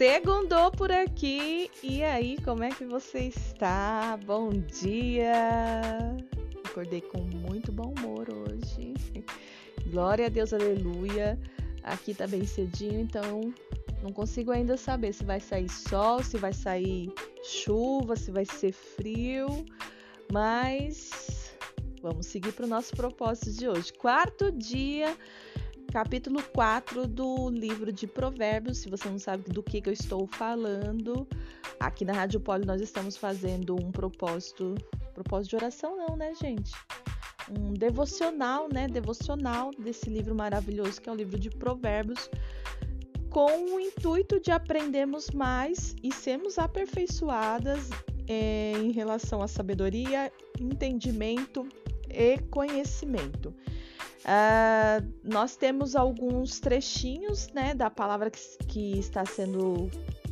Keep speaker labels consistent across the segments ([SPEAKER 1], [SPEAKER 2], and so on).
[SPEAKER 1] Segundou por aqui. E aí, como é que você está? Bom dia! Acordei com muito bom humor hoje. Glória a Deus, aleluia. Aqui tá bem cedinho, então não consigo ainda saber se vai sair sol, se vai sair chuva, se vai ser frio. Mas vamos seguir para o nosso propósito de hoje. Quarto dia, capítulo 4 do livro de Provérbios. Se você não sabe do que eu estou falando, aqui na Rádio Poli nós estamos fazendo um propósito de oração não, né, gente? Um devocional, né? Devocional desse livro maravilhoso que é o livro de Provérbios, com o intuito de aprendermos mais e sermos aperfeiçoadas em relação à sabedoria, entendimento e conhecimento. Nós temos alguns trechinhos, né, da palavra que está sendo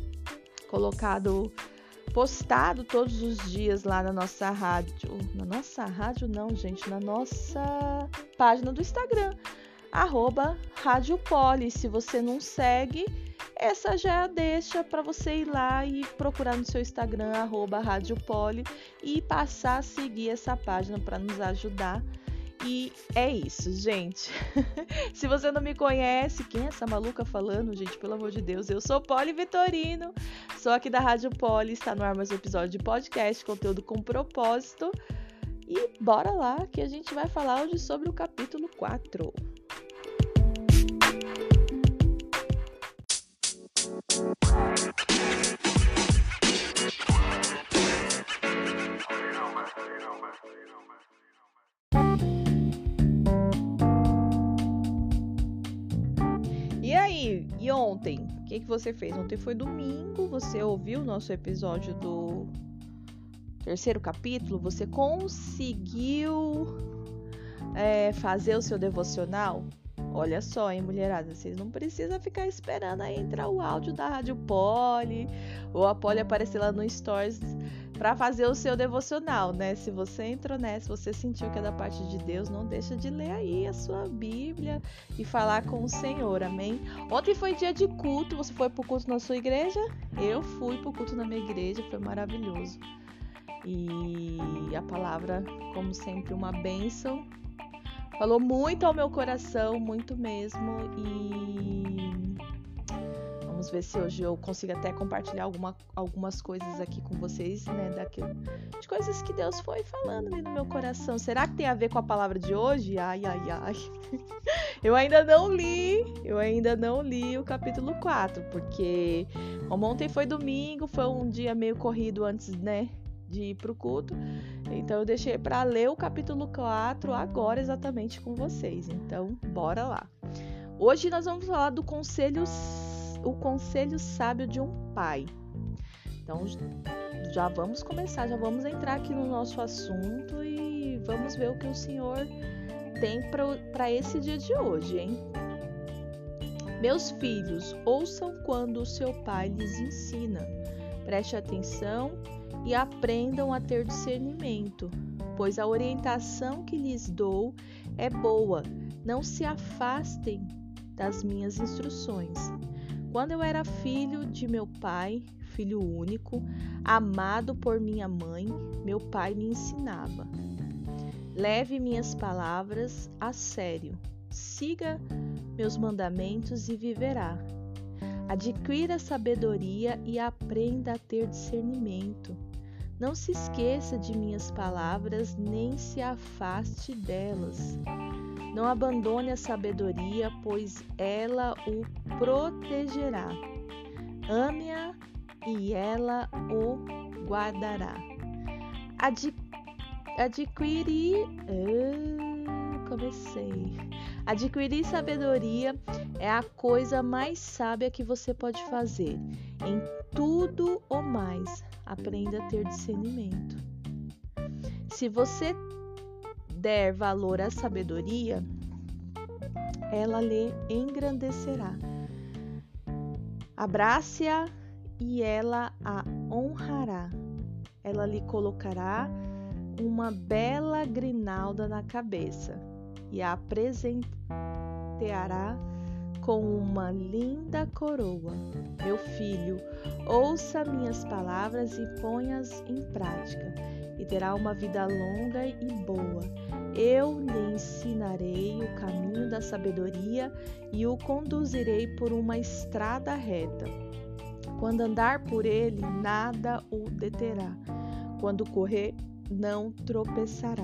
[SPEAKER 1] postado todos os dias lá na nossa rádio. Na nossa rádio não, gente, na nossa página do Instagram, @RádioPoli. Se você não segue, essa já deixa para você ir lá e procurar no seu Instagram, @RádioPoli, e passar a seguir essa página para nos ajudar. E é isso, gente. Se você não me conhece, quem é essa maluca falando, gente? Pelo amor de Deus, eu sou Poli Vitorino, sou aqui da Rádio Poli, está no ar mais um episódio de podcast, conteúdo com propósito. E bora lá, que a gente vai falar hoje sobre o capítulo 4. E aí, e ontem? O que você fez? Ontem foi domingo, você ouviu o nosso episódio do terceiro capítulo? Você conseguiu fazer o seu devocional? Olha só, hein, mulherada, vocês não precisam ficar esperando aí entrar o áudio da Rádio Poli ou a Poli aparecer lá no Stories para fazer o seu devocional, né? Se você entrou nessa, se você sentiu que é da parte de Deus, não deixa de ler aí a sua Bíblia e falar com o Senhor, amém? Ontem foi dia de culto, você foi pro culto na sua igreja? Eu fui pro culto na minha igreja, foi maravilhoso. E a palavra, como sempre, uma bênção. Falou muito ao meu coração, muito mesmo, e vamos ver se hoje eu consigo até compartilhar algumas coisas aqui com vocês, né, de coisas que Deus foi falando ali no meu coração. Será que tem a ver com a palavra de hoje? Ai. Eu ainda não li o capítulo 4, porque como ontem foi domingo, foi um dia meio corrido antes, né, de ir pro culto, então eu deixei para ler o capítulo 4 agora exatamente com vocês. Então, bora lá. Hoje nós vamos falar do conselho sábio de um pai. Então, já vamos começar, já vamos entrar aqui no nosso assunto e vamos ver o que o Senhor tem para esse dia de hoje, hein? Meus filhos, ouçam quando o seu pai lhes ensina. Preste atenção e aprendam a ter discernimento, pois a orientação que lhes dou é boa. Não se afastem das minhas instruções. Quando eu era filho de meu pai, filho único, amado por minha mãe, meu pai me ensinava. Leve minhas palavras a sério. Siga meus mandamentos e viverá. Adquira sabedoria e aprenda a ter discernimento. Não se esqueça de minhas palavras, nem se afaste delas. Não abandone a sabedoria, pois ela o protegerá. Ame-a e ela o guardará. Adquirir sabedoria é a coisa mais sábia que você pode fazer. Em tudo ou mais, aprenda a ter discernimento. Se você der valor à sabedoria, ela lhe engrandecerá. Abrace-a e ela a honrará. Ela lhe colocará uma bela grinalda na cabeça e a apresentará com uma linda coroa. Meu filho, ouça minhas palavras e ponha-as em prática, e terá uma vida longa e boa. Eu lhe ensinarei o caminho da sabedoria e o conduzirei por uma estrada reta. Quando andar por ele, nada o deterá. Quando correr, não tropeçará.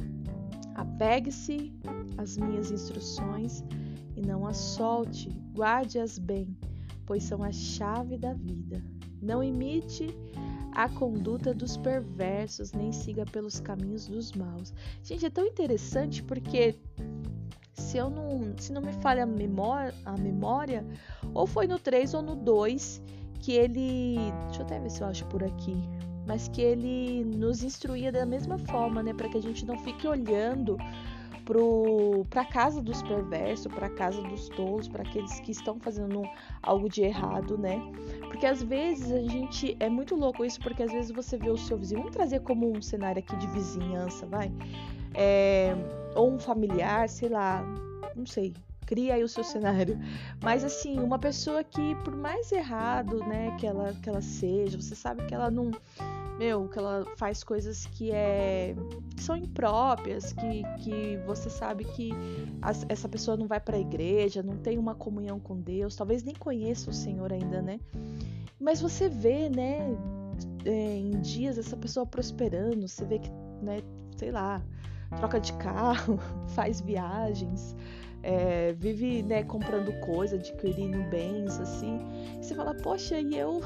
[SPEAKER 1] Apegue-se às minhas instruções e não as solte, guarde-as bem, pois são a chave da vida. Não imite a conduta dos perversos, nem siga pelos caminhos dos maus. Gente, é tão interessante porque se não me falha a memória, ou foi no 3 ou no 2 que ele, deixa eu até ver se eu acho por aqui, mas que ele nos instruía da mesma forma, né, para que a gente não fique olhando para a casa dos perversos, para a casa dos tolos, para aqueles que estão fazendo algo de errado, né? Porque às vezes a gente, é muito louco isso, porque às vezes você vê o seu vizinho, vamos trazer como um cenário aqui de vizinhança, vai? Ou um familiar, sei lá, não sei, cria aí o seu cenário. Mas assim, uma pessoa que, por mais errado, né, que ela seja, você sabe que ela não... que ela faz coisas que são impróprias, que você sabe que essa pessoa não vai para a igreja, não tem uma comunhão com Deus, talvez nem conheça o Senhor ainda, né? Mas você vê, né, em dias essa pessoa prosperando, você vê que, né, sei lá, troca de carro, faz viagens, vive, né, comprando coisa, adquirindo bens, assim. E você fala, poxa, e eu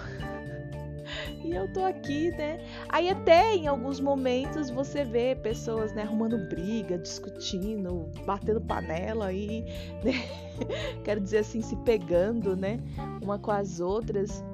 [SPEAKER 1] tô aqui, né? Aí até em alguns momentos você vê pessoas, né, arrumando briga, discutindo, batendo panela e, né, quero dizer assim, se pegando, né, uma com as outras.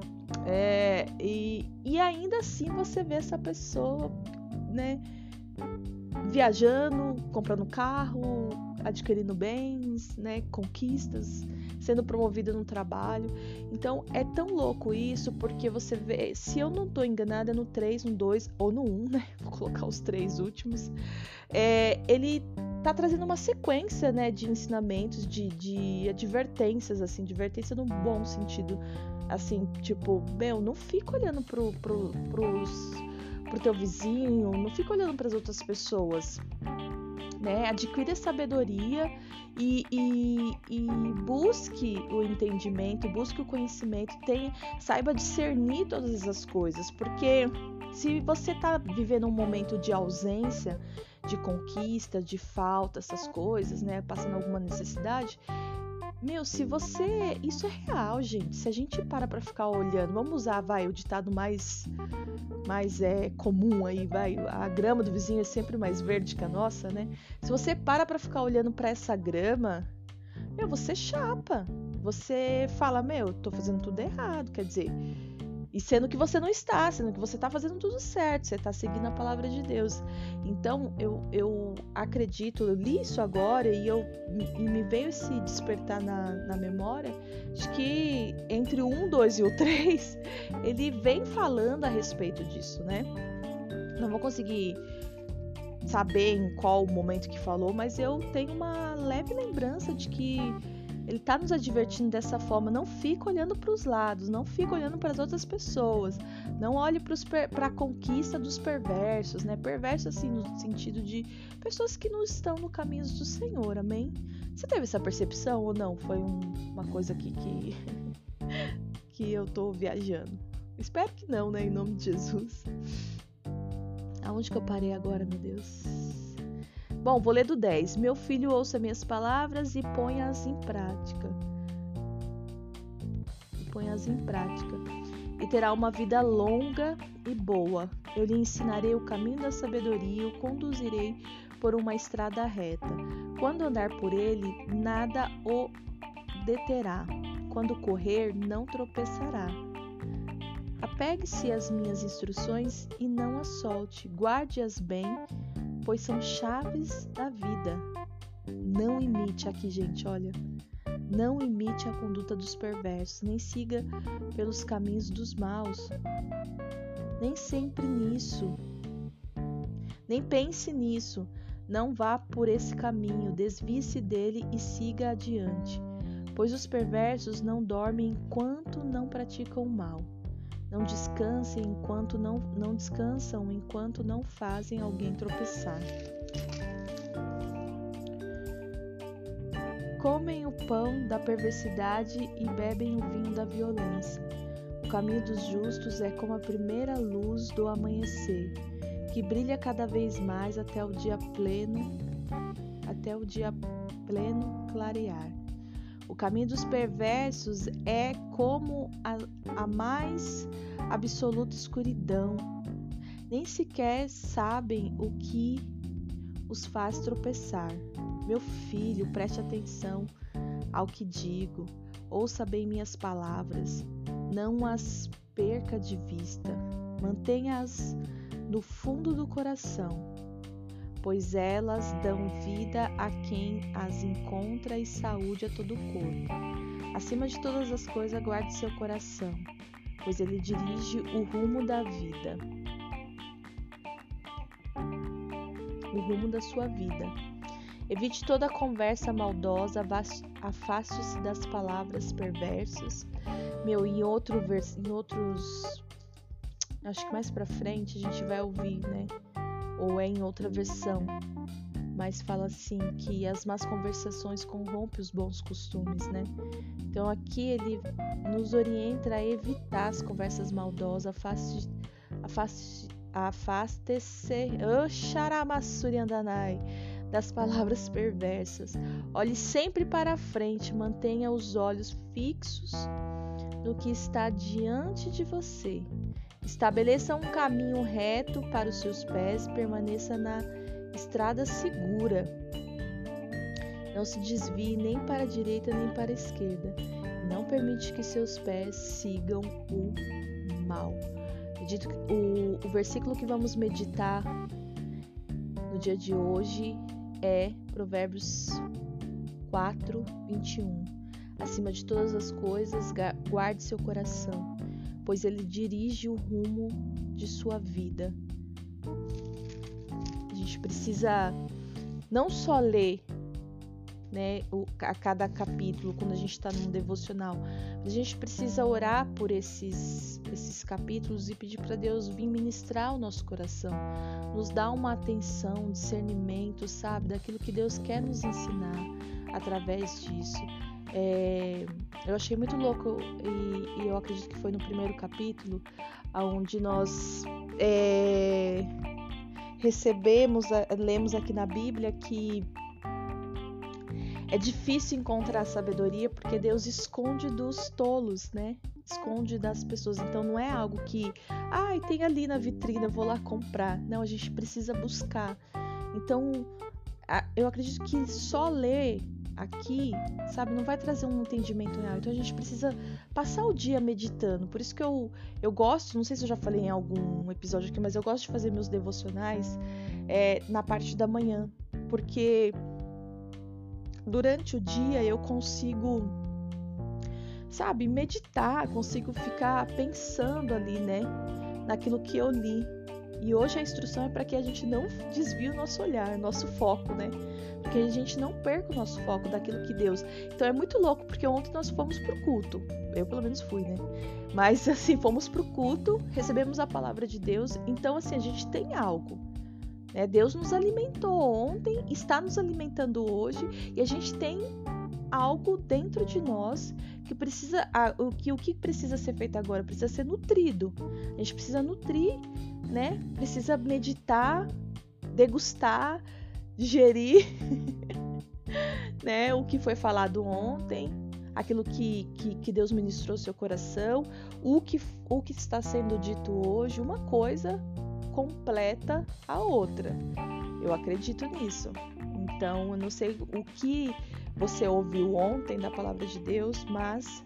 [SPEAKER 1] E ainda assim você vê essa pessoa, né, viajando, comprando carro, adquirindo bens, né, conquistas, sendo promovida no trabalho. Então é tão louco isso, porque você vê, se eu não tô enganada, é no 3, no 2 ou no 1, né, vou colocar os 3 últimos, ele tá trazendo uma sequência, né, de ensinamentos, de advertências, assim, advertência no bom sentido, assim, tipo, não fica olhando pro teu vizinho, não fica olhando para as outras pessoas, né? Adquira sabedoria e busque o entendimento, busque o conhecimento, saiba discernir todas essas coisas, porque se você está vivendo um momento de ausência, de conquista, de falta, essas coisas, né? Passando alguma necessidade, isso é real, gente. Se a gente para ficar olhando, vamos usar, o ditado mais comum aí, a grama do vizinho é sempre mais verde que a nossa, né? Se você para ficar olhando para essa grama, você chapa. Você fala, tô fazendo tudo errado, quer dizer, e sendo que você não está, sendo que você está fazendo tudo certo, você está seguindo a palavra de Deus. Então, eu acredito, eu li isso agora e me veio esse despertar na memória, de que entre o 1, 2 e o 3, ele vem falando a respeito disso, né? Não vou conseguir saber em qual momento que falou, mas eu tenho uma leve lembrança de que ele está nos advertindo dessa forma. Não fica olhando para os lados, não fica olhando para as outras pessoas, não olhe para a conquista dos perversos, né? Perverso assim no sentido de pessoas que não estão no caminho do Senhor, amém? Você teve essa percepção ou não? Foi uma coisa aqui que eu tô viajando. Espero que não, né? Em nome de Jesus. Aonde que eu parei agora, meu Deus? Bom, vou ler do 10. Meu filho, ouça minhas palavras e ponha-as em prática. E terá uma vida longa e boa. Eu lhe ensinarei o caminho da sabedoria e o conduzirei por uma estrada reta. Quando andar por ele, nada o deterá. Quando correr, não tropeçará. Apegue-se às minhas instruções e não as solte. Guarde-as bem, pois são chaves da vida. Não imite, aqui gente, olha, não imite a conduta dos perversos, nem siga pelos caminhos dos maus. Nem sempre nisso. Nem pense nisso. Não vá por esse caminho, desvie-se dele e siga adiante. pois os perversos não dormem enquanto não praticam o mal. Não descansam enquanto não fazem alguém tropeçar. Comem o pão da perversidade e bebem o vinho da violência. O caminho dos justos é como a primeira luz do amanhecer, que brilha cada vez mais até o dia pleno clarear. O caminho dos perversos é como a mais absoluta escuridão. Nem sequer sabem o que os faz tropeçar. Meu filho, preste atenção ao que digo. Ouça bem minhas palavras. Não as perca de vista. Mantenha-as no fundo do coração, pois elas dão vida a quem as encontra e saúde a todo o corpo. Acima de todas as coisas, guarde seu coração, pois ele dirige o rumo da vida, o rumo da sua vida. Evite toda conversa maldosa, afaste-se das palavras perversas. Em outros, acho que mais pra frente a gente vai ouvir, né? Ou é em outra versão, mas fala assim, que as más conversações corrompem os bons costumes, né? Então aqui ele nos orienta a evitar as conversas maldosas, afaste-se, das palavras perversas. Olhe sempre para a frente, mantenha os olhos fixos no que está diante de você. Estabeleça um caminho reto para os seus pés e permaneça na estrada segura. Não se desvie nem para a direita nem para a esquerda. Não permite que seus pés sigam o mal. O versículo que vamos meditar no dia de hoje é Provérbios 4, 21. Acima de todas as coisas, guarde seu coração, pois ele dirige o rumo de sua vida. A gente precisa não só ler, né, a cada capítulo, quando a gente está num devocional, a gente precisa orar por esses capítulos e pedir para Deus vir ministrar o nosso coração, nos dar uma atenção, um discernimento, sabe, daquilo que Deus quer nos ensinar através disso. Eu achei muito louco e eu acredito que foi no primeiro capítulo onde nós lemos aqui na Bíblia que é difícil encontrar sabedoria porque Deus esconde dos tolos, né? Esconde das pessoas. Então não é algo que, tem ali na vitrine, eu vou lá comprar. Não, a gente precisa buscar. Então, eu acredito que só ler aqui, sabe, não vai trazer um entendimento real. Então a gente precisa passar o dia meditando. Por isso que eu gosto, não sei se eu já falei em algum episódio aqui, mas eu gosto de fazer meus devocionais na parte da manhã, porque durante o dia eu consigo, sabe, meditar, consigo ficar pensando ali, né, naquilo que eu li. E hoje a instrução é para que a gente não desvie o nosso olhar, nosso foco, né? Porque a gente não perca o nosso foco daquilo que Deus... Então é muito louco, porque ontem nós fomos pro culto. Eu pelo menos fui, né? Mas assim, fomos pro culto, recebemos a palavra de Deus. Então assim, a gente tem algo, né? Deus nos alimentou ontem, está nos alimentando hoje. E a gente tem algo dentro de nós que precisa... O que precisa ser feito agora? Precisa ser nutrido. A gente precisa nutrir, né? Precisa meditar, degustar, digerir, né? O que foi falado ontem, aquilo que Deus ministrou ao seu coração, o que está sendo dito hoje. Uma coisa completa a outra. Eu acredito nisso. Então, eu não sei o que você ouviu ontem da palavra de Deus, mas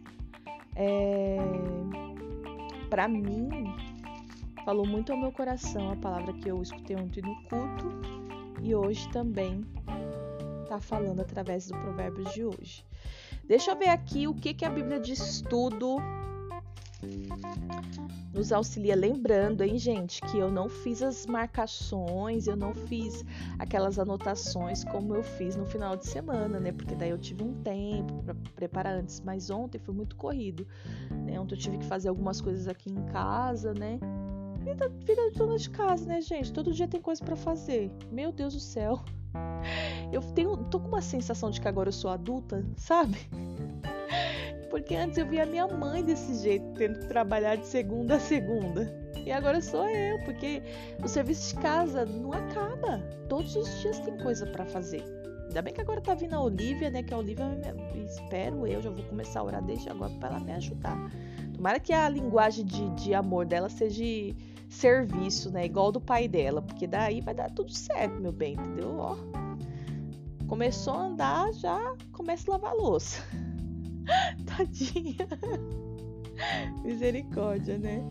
[SPEAKER 1] para mim falou muito ao meu coração a palavra que eu escutei ontem no culto e hoje também está falando através do Provérbios de hoje. Deixa eu ver aqui o que a Bíblia diz tudo nos auxilia. Lembrando, hein, gente, que eu não fiz as marcações, eu não fiz aquelas anotações como eu fiz no final de semana, né? Porque daí eu tive um tempo para preparar antes, mas ontem foi muito corrido, né? Ontem eu tive que fazer algumas coisas aqui em casa, né? Vida de dona de casa, né, gente? Todo dia tem coisa para fazer. Meu Deus do céu. Tô com uma sensação de que agora eu sou adulta, sabe? Porque antes eu via minha mãe desse jeito, tendo que trabalhar de segunda a segunda. E agora sou eu, porque o serviço de casa não acaba. Todos os dias tem coisa pra fazer. Ainda bem que agora tá vindo a Olivia, né? Que a Olivia, espero eu, já vou começar a orar desde agora pra ela me ajudar. Tomara que a linguagem de amor dela seja serviço, né? Igual do pai dela. Porque daí vai dar tudo certo, meu bem, entendeu? Ó, começou a andar, já começa a lavar a louça. Tadinha. Misericórdia, né?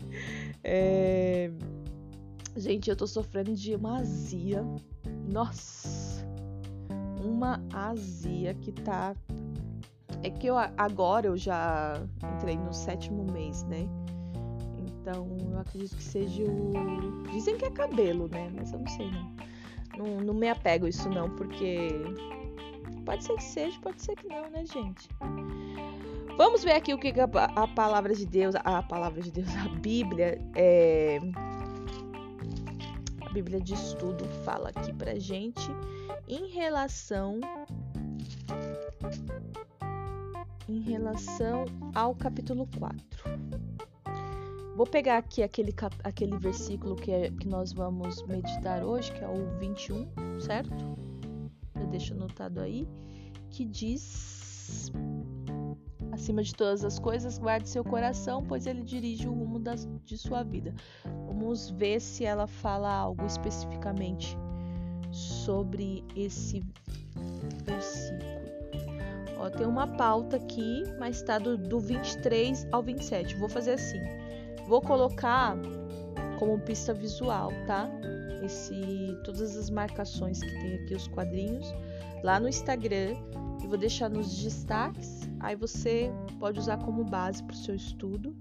[SPEAKER 1] Gente, eu tô sofrendo de uma azia. Nossa, uma azia que tá... É que agora eu já entrei no 7º mês, né? Então eu acredito que seja o... Dizem que é cabelo, né? Mas eu não sei, não. Não me apego a isso não, porque... Pode ser que seja, pode ser que não, né, gente? Vamos ver aqui o que a palavra de Deus, a Bíblia, a Bíblia de estudo fala aqui pra gente em relação ao capítulo 4. Vou pegar aqui aquele versículo que nós vamos meditar hoje, que é o 21, certo? Eu deixo anotado aí, que diz: acima de todas as coisas, guarde seu coração, pois ele dirige o rumo de sua vida. Vamos ver se ela fala algo especificamente sobre esse versículo. Ó, tem uma pauta aqui, mas está do 23 ao 27. Vou fazer assim. Vou colocar como pista visual, tá? Todas as marcações que tem aqui, os quadrinhos, lá no Instagram. E vou deixar nos destaques. Aí você pode usar como base para o seu estudo.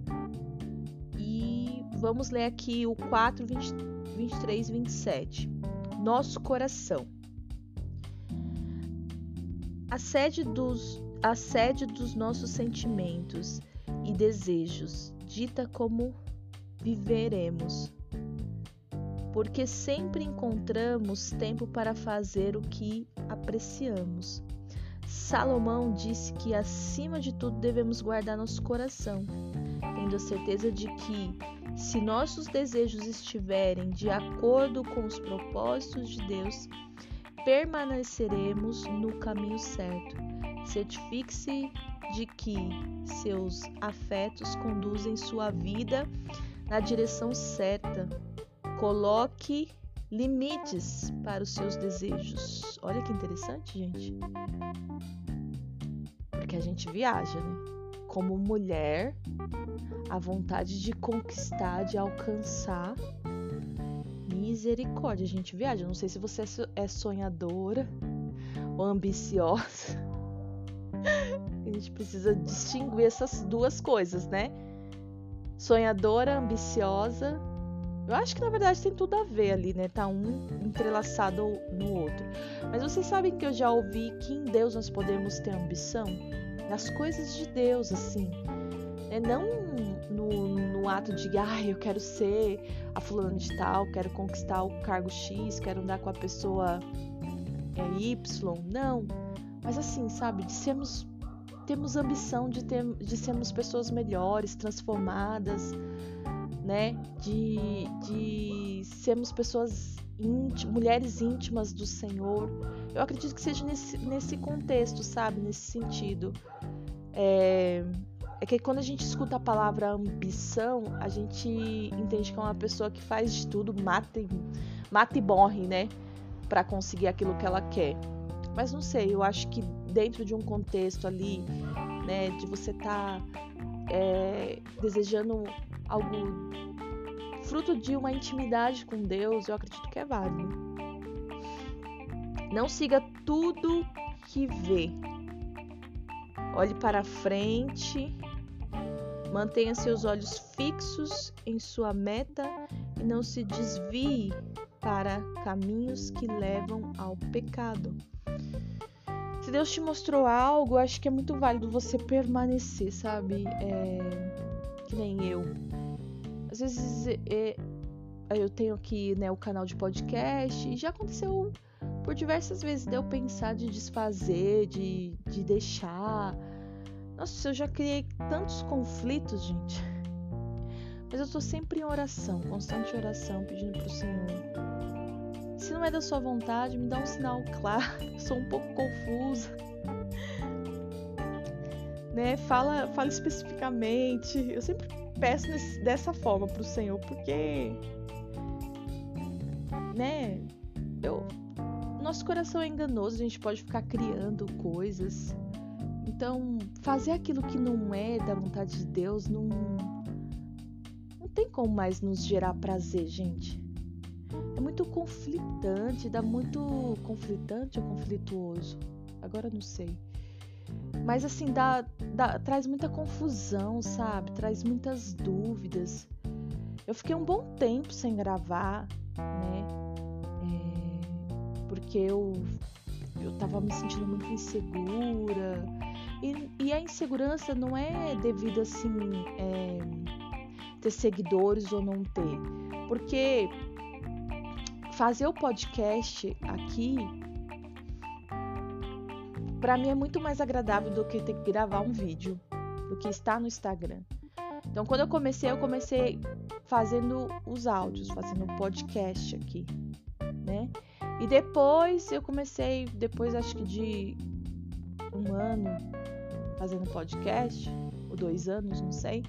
[SPEAKER 1] E vamos ler aqui o 4, 23 e 27. Nosso coração. A sede dos nossos sentimentos e desejos dita como viveremos, porque sempre encontramos tempo para fazer o que apreciamos. Salomão disse que acima de tudo devemos guardar nosso coração, tendo a certeza de que, se nossos desejos estiverem de acordo com os propósitos de Deus, permaneceremos no caminho certo. Certifique-se de que seus afetos conduzem sua vida na direção certa. Coloque limites para os seus desejos. Olha que interessante, gente. Porque a gente viaja, né? Como mulher, a vontade de conquistar, de alcançar. Misericórdia, a gente viaja. Não sei se você é sonhadora ou ambiciosa. A gente precisa distinguir essas duas coisas, né? Sonhadora, ambiciosa. Eu acho que na verdade tem tudo a ver ali, né? Tá um entrelaçado no outro. Mas vocês sabem que eu já ouvi que em Deus nós podemos ter ambição? Nas coisas de Deus, assim. Não no ato de, eu quero ser a fulana de tal, quero conquistar o cargo X, quero andar com a pessoa Y. Não. Mas assim, sabe? Temos ambição de sermos pessoas melhores, transformadas, né? De sermos pessoas mulheres íntimas do Senhor. Eu acredito que seja nesse contexto, sabe? Nesse sentido. É que quando a gente escuta a palavra ambição, a gente entende que é uma pessoa que faz de tudo, mata e morre, né? Pra conseguir aquilo que ela quer. Mas não sei, eu acho que dentro de um contexto ali, né, de você estar desejando algo fruto de uma intimidade com Deus, eu acredito que é válido. Não siga tudo que vê. Olhe para frente Mantenha seus olhos fixos em sua meta e não se desvie para caminhos que levam ao pecado. Se Deus te mostrou algo, eu acho que é muito válido você permanecer, sabe? Que nem eu. Às vezes eu tenho aqui, né, o canal de podcast e já aconteceu por diversas vezes de eu pensar de desfazer, de deixar. Nossa, eu já criei tantos conflitos, gente. Mas eu tô sempre em oração, constante oração, pedindo pro Senhor. Se não é da sua vontade, me dá um sinal claro. Eu sou um pouco confusa. Né? Fala especificamente. Eu sempre peço dessa forma pro Senhor, porque, né? Nosso coração é enganoso, a gente pode ficar criando coisas. Então, fazer aquilo que não é da vontade de Deus não tem como mais nos gerar prazer, gente. É muito conflitante, dá muito conflitante ou conflituoso? Agora eu não sei. Mas assim, traz muita confusão, sabe? Traz muitas dúvidas. Eu fiquei um bom tempo sem gravar, né? Porque eu tava me sentindo muito insegura. E a insegurança não é devido assim ter seguidores ou não ter. Porque fazer o podcast aqui pra mim é muito mais agradável do que ter que gravar um vídeo, do que estar no Instagram. Então quando eu comecei fazendo os áudios, fazendo o podcast aqui, né? E depois eu comecei, depois acho que de 1 ano fazendo podcast, ou 2 anos, não sei,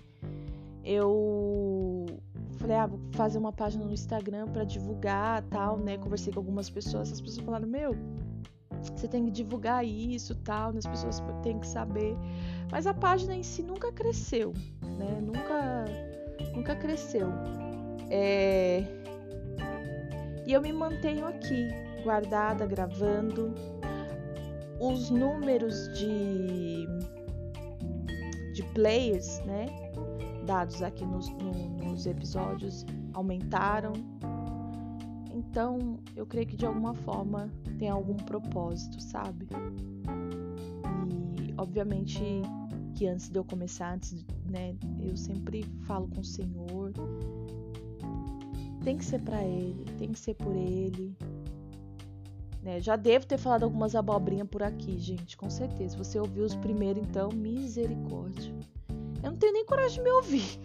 [SPEAKER 1] eu falei, vou fazer uma página no Instagram pra divulgar, tal, né? Conversei com algumas pessoas, as pessoas falaram, você tem que divulgar isso, tal, né? As pessoas têm que saber. Mas a página em si nunca cresceu, né? Nunca cresceu. E eu me mantenho aqui, guardada, gravando. Os números de players, né, dados aqui nos episódios aumentaram. Então, eu creio que de alguma forma tem algum propósito, sabe? E, obviamente, que antes de eu começar, né, eu sempre falo com o Senhor. Tem que ser pra Ele, tem que ser por Ele. Né? Já devo ter falado algumas abobrinhas por aqui, gente, com certeza. Você ouviu os primeiros, então, misericórdia. Eu não tenho nem coragem de me ouvir.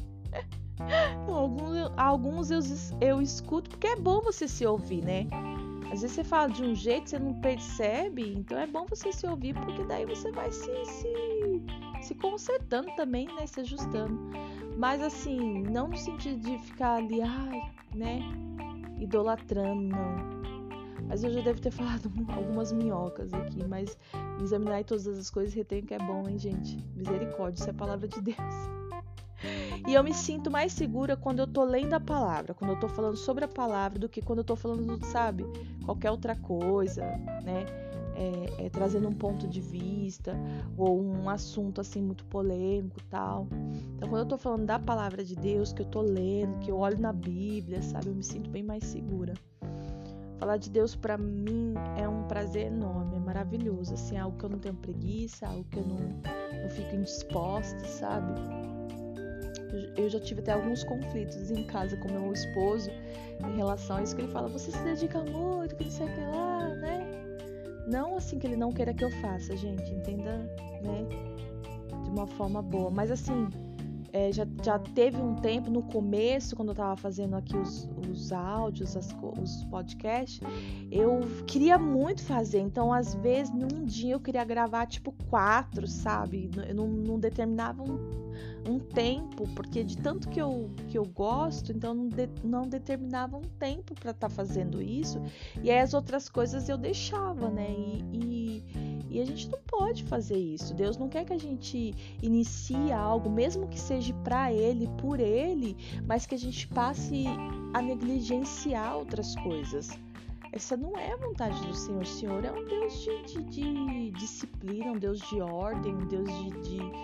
[SPEAKER 1] Alguns eu escuto porque é bom você se ouvir, né? Às vezes você fala de um jeito, você não percebe, então é bom você se ouvir, porque daí você vai se consertando também, né? Se ajustando. Mas assim, não no sentido de ficar ali, né? Idolatrando, não. Mas eu já devo ter falado algumas minhocas aqui, mas examinar todas as coisas e reter que é bom, hein, gente? Misericórdia, isso é a palavra de Deus. E eu me sinto mais segura quando eu tô lendo a palavra, quando eu tô falando sobre a palavra, do que quando eu tô falando, sabe, qualquer outra coisa, né? Trazendo um ponto de vista ou um assunto assim muito polêmico e tal. Então, quando eu tô falando da palavra de Deus, que eu tô lendo, que eu olho na Bíblia, sabe, eu me sinto bem mais segura. Falar de Deus pra mim é um prazer enorme, é maravilhoso, assim, é algo que eu não tenho preguiça, algo que eu não fico indisposta, sabe? Eu já tive até alguns conflitos em casa com meu esposo em relação a isso, que ele fala, você se dedica muito, que não sei o que lá, né? Não assim que ele não queira que eu faça, gente, entenda, né? De uma forma boa, mas assim, já teve um tempo no começo, quando eu tava fazendo aqui os áudios, os podcasts, eu queria muito fazer, então às vezes num dia eu queria gravar tipo 4, sabe? Eu não determinava um tempo, porque de tanto que eu gosto, então não determinava um tempo para estar fazendo isso, e aí as outras coisas eu deixava, né? E a gente não pode fazer isso. Deus não quer que a gente inicie algo, mesmo que seja para Ele, por Ele, mas que a gente passe a negligenciar outras coisas. Essa não é a vontade do Senhor. O Senhor é um Deus de disciplina, um Deus de ordem, um Deus de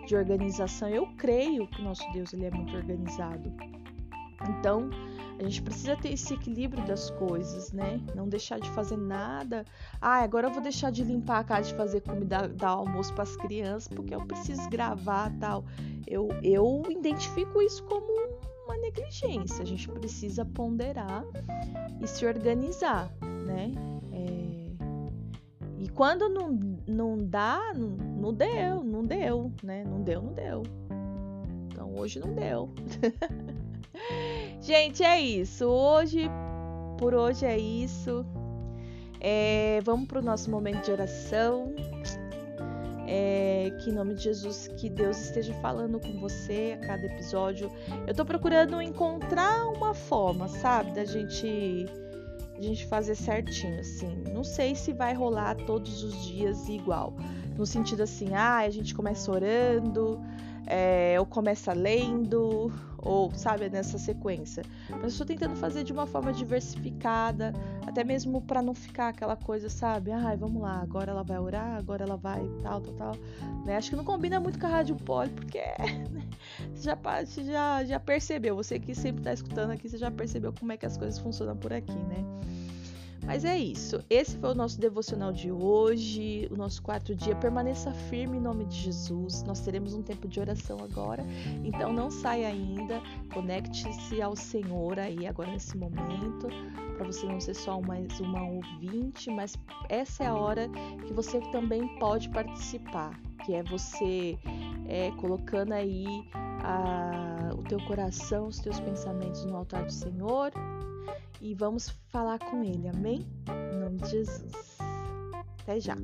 [SPEAKER 1] de organização. Eu creio que o nosso Deus ele é muito organizado. Então, a gente precisa ter esse equilíbrio das coisas, né? Não deixar de fazer nada. Agora eu vou deixar de limpar a casa, de fazer comida, dar almoço para as crianças, porque eu preciso gravar e tal. Eu identifico isso como uma negligência. A gente precisa ponderar e se organizar, né? E quando não dá, não deu, né? Não deu. Então hoje não deu. Gente, é isso. Por hoje é isso. Vamos para o nosso momento de oração. Que em nome de Jesus, que Deus esteja falando com você a cada episódio. Eu tô procurando encontrar uma forma, sabe, da gente fazer certinho, assim. Não sei se vai rolar todos os dias igual. No sentido assim, a gente começa orando, ou começa lendo, ou, sabe, nessa sequência. Mas eu estou tentando fazer de uma forma diversificada, até mesmo para não ficar aquela coisa, sabe? Vamos lá, agora ela vai orar, agora ela vai tal, né? Acho que não combina muito com a Rádio Poli, porque você já percebeu, você que sempre está escutando aqui, você já percebeu como é que as coisas funcionam por aqui, né? Mas é isso. Esse foi o nosso devocional de hoje, o nosso 4 dia. Permaneça firme em nome de Jesus. Nós teremos um tempo de oração agora, então não saia ainda. Conecte-se ao Senhor aí agora nesse momento, para você não ser só mais uma ouvinte, mas essa é a hora que você também pode participar, que é você colocando aí o teu coração, os teus pensamentos no altar do Senhor. E vamos falar com Ele, amém? Em nome de Jesus. Até já.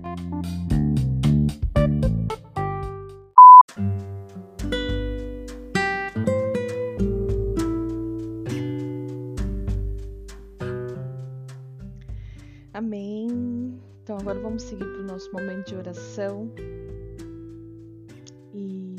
[SPEAKER 1] Amém. Então agora vamos seguir para o nosso momento de oração. E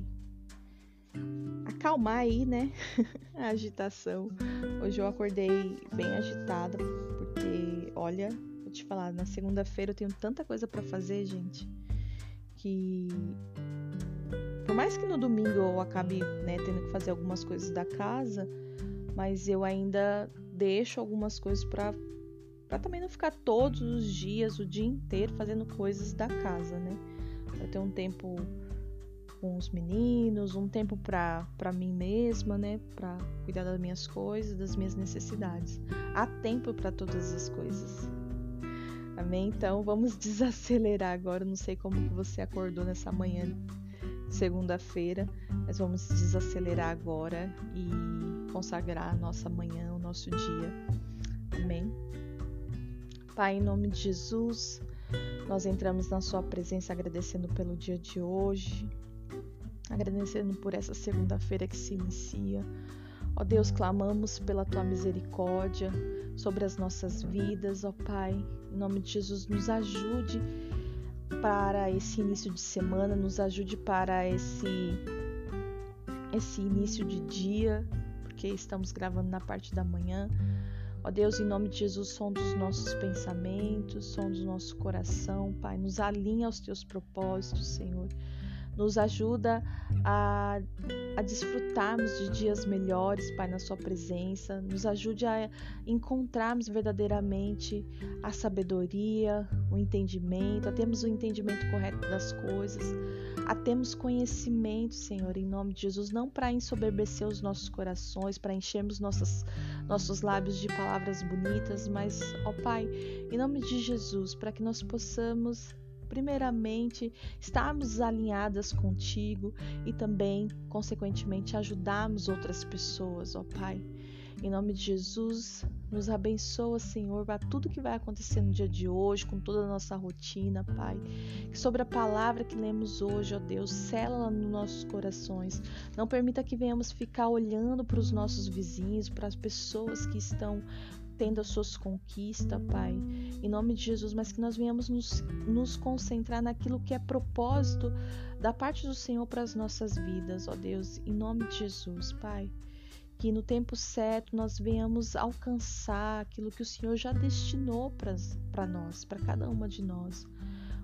[SPEAKER 1] acalmar aí, né? A agitação. Hoje eu acordei bem agitada, porque, olha, vou te falar, na segunda-feira eu tenho tanta coisa pra fazer, gente, que por mais que no domingo eu acabe, né, tendo que fazer algumas coisas da casa, mas eu ainda deixo algumas coisas pra também não ficar todos os dias, o dia inteiro fazendo coisas da casa, né? Pra ter um tempo com os meninos, um tempo pra mim mesma, né? Pra cuidar das minhas coisas, das minhas necessidades. Há tempo pra todas as coisas. Amém? Então, vamos desacelerar agora. Não sei como que você acordou nessa manhã de segunda-feira, mas vamos desacelerar agora e consagrar a nossa manhã, o nosso dia. Amém? Pai, em nome de Jesus, nós entramos na sua presença agradecendo pelo dia de hoje, agradecendo por essa segunda-feira que se inicia. Ó Deus, clamamos pela tua misericórdia sobre as nossas vidas. Ó Pai, em nome de Jesus, nos ajude para esse início de semana, nos ajude para esse início de dia, porque estamos gravando na parte da manhã. Ó Deus, em nome de Jesus, sonda os nossos pensamentos, sonda o nosso coração, Pai, nos alinha aos teus propósitos, Senhor. Nos ajuda a desfrutarmos de dias melhores, Pai, na sua presença. Nos ajude a encontrarmos verdadeiramente a sabedoria, o entendimento, a termos o entendimento correto das coisas, a termos conhecimento, Senhor, em nome de Jesus, não para ensoberbecer os nossos corações, para enchermos nossos lábios de palavras bonitas, mas, ó Pai, em nome de Jesus, para que nós possamos primeiramente estarmos alinhadas contigo e também, consequentemente, ajudarmos outras pessoas, ó Pai. Em nome de Jesus, nos abençoa, Senhor, para tudo que vai acontecer no dia de hoje, com toda a nossa rotina, Pai. Que sobre a palavra que lemos hoje, ó Deus, sela-la nos nossos corações. Não permita que venhamos ficar olhando para os nossos vizinhos, para as pessoas que estão tendo as suas conquistas, Pai, em nome de Jesus, mas que nós venhamos nos concentrar naquilo que é propósito da parte do Senhor para as nossas vidas, ó Deus, em nome de Jesus, Pai, que no tempo certo nós venhamos alcançar aquilo que o Senhor já destinou para nós, para cada uma de nós.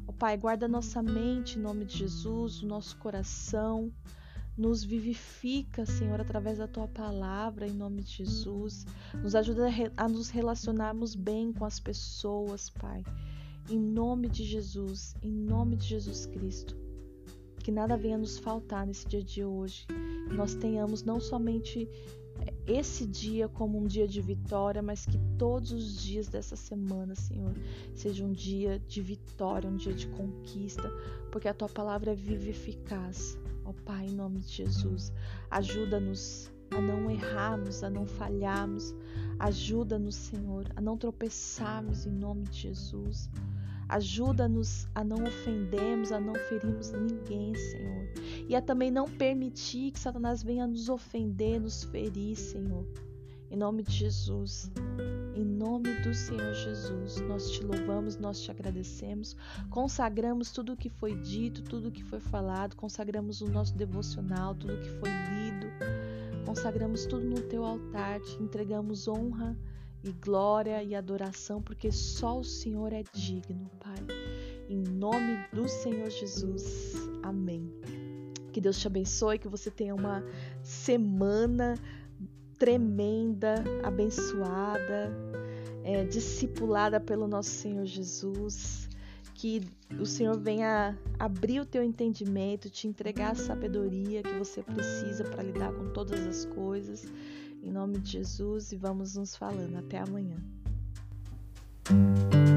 [SPEAKER 1] Ó Pai, guarda nossa mente em nome de Jesus, o nosso coração. Nos vivifica, Senhor, através da Tua palavra, em nome de Jesus. Nos ajuda a nos relacionarmos bem com as pessoas, Pai. Em nome de Jesus Cristo. Que nada venha nos faltar nesse dia de hoje. Que nós tenhamos não somente esse dia como um dia de vitória, mas que todos os dias dessa semana, Senhor, seja um dia de vitória, um dia de conquista, porque a Tua palavra é viva e eficaz. Ó Pai, em nome de Jesus, ajuda-nos a não errarmos, a não falharmos. Ajuda-nos, Senhor, a não tropeçarmos em nome de Jesus. Ajuda-nos a não ofendermos, a não ferirmos ninguém, Senhor. E a também não permitir que Satanás venha nos ofender, nos ferir, Senhor. Em nome de Jesus. Em nome do Senhor Jesus, nós te louvamos, nós te agradecemos, consagramos tudo o que foi dito, tudo o que foi falado, consagramos o nosso devocional, tudo o que foi lido, consagramos tudo no teu altar, te entregamos honra e glória e adoração, porque só o Senhor é digno, Pai. Em nome do Senhor Jesus, amém. Que Deus te abençoe, que você tenha uma semana tremenda, abençoada, discipulada pelo nosso Senhor Jesus, que o Senhor venha abrir o teu entendimento, te entregar a sabedoria que você precisa para lidar com todas as coisas, em nome de Jesus, e vamos nos falando. Até amanhã.